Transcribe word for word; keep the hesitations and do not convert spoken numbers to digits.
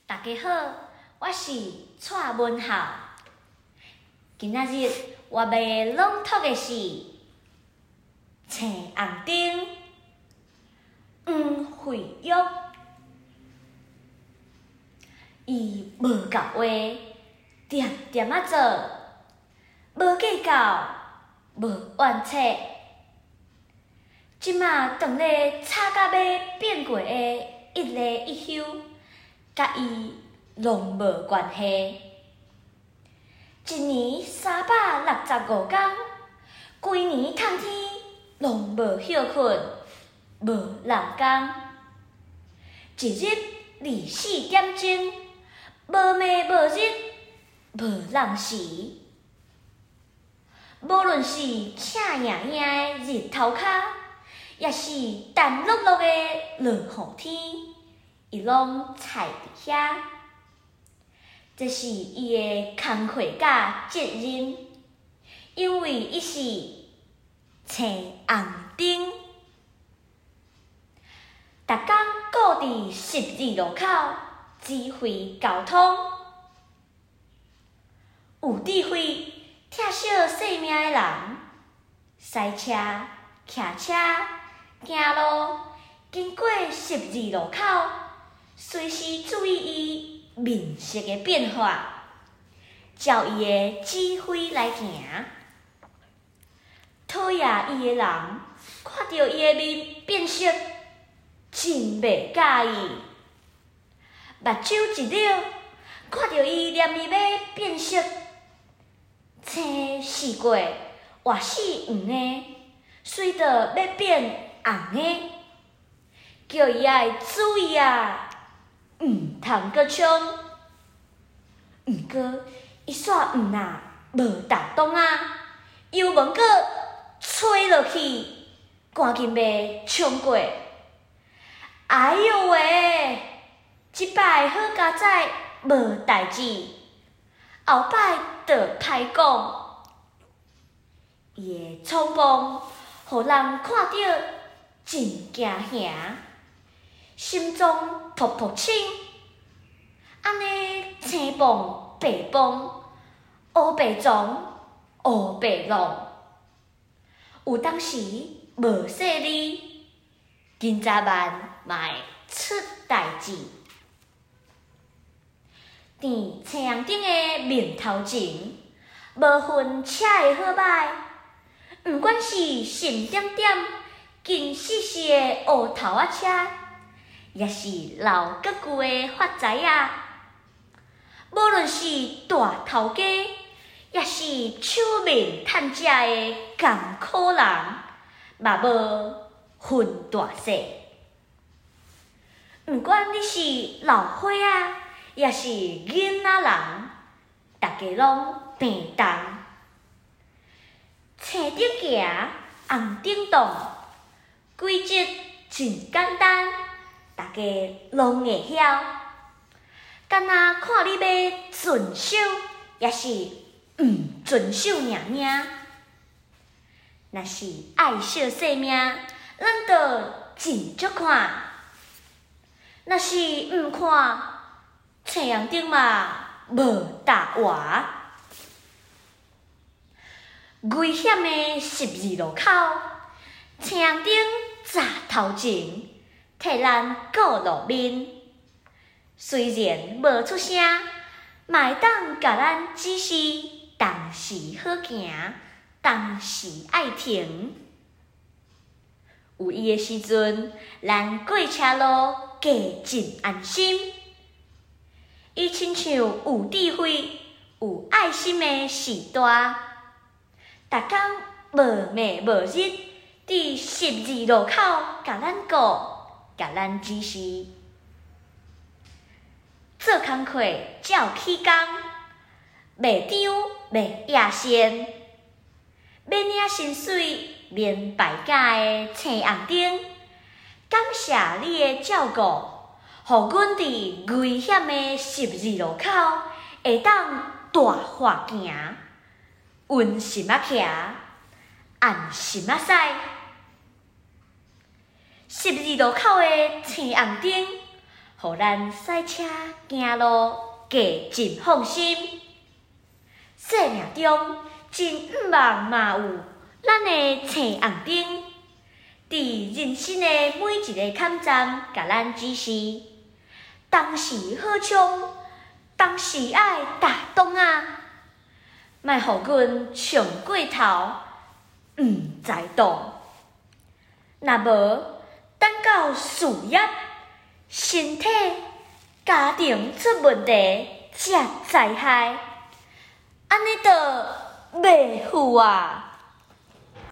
大家好，我是蔡文浩。今仔日我要朗读的是《青红灯》黄惠玉。伊无够话，点点仔做，无计较，无怨切。即马当咧吵甲要变过的一例一休，甲伊拢无关系。一年三百六十五天，规年冬天拢无休困，无人工。一日二四点钟，无暝无日，无人时。无论是赤影影的日头壳，也是淡落落的落雨天，伊拢踩伫遐。这是伊的工课甲责任，因为伊是青红灯。逐工顾伫十字路口指挥交通，有智慧、疼惜生命的人，驶车、骑车、行路，经过十字路口，随时注意伊面色的变化，照伊的指挥来行。讨厌伊的人，看到伊的面变色，真袂介意。目睭一溜，看到伊念伊要变色，青试过，活死黄的，随着要变红的，叫伊爱注意啊！毋通阁冲，毋过伊煞毋啊无打动啊，油门阁吹落去，赶紧要冲过。哎哟喂！即摆好佳哉无代志，后摆着歹讲。伊的匆忙，互人看到真惊吓，心中噗噗清。安尼青蹦白蹦，乌白撞，乌白弄。有当时无说理，今早晚嘛会出代志。伫青红灯的面头前，无分车的好歹，毋管是深点点、金细细的乌头仔车，也是老骨骨的发财仔。无论是大头家，也是手面趁食的艰苦人，嘛无分大小。毋管你是老伙仔，也是囡仔人，大家拢平同。青灯行，红灯动，规则真简单，大家拢会晓。敢若看你要遵守，也是毋遵守尔尔。若是爱惜生命，咱着真足看；若是毋看，青红灯嘛无搭活。危险的十字路口，青红灯站头前，替咱顾路面。虽然无出声，嘛会当甲咱指示，当时好行，当时爱停。有伊的时阵，咱过车路加真安心。伊亲像有智慧、有爱心的时代，逐工无暝无日，伫十字路口甲咱顾，甲咱指示。做工课照起工，袂张袂野线，免领薪水免败假的青红灯，感谢你的照顾，互阮伫危险的十字路口会当大发行，稳心仔徛，安心仔驶。十字路口的青红灯， 互咱驶车行路加真放心。生命中真毋茫嘛有咱的青红灯，伫人生的每一个坎站，甲咱指示。当时好冲，当时爱打动啊，莫互阮冲过头，毋知动。若无，等到事业、身体、家庭出问题，才灾害，安尼就袂赴啊！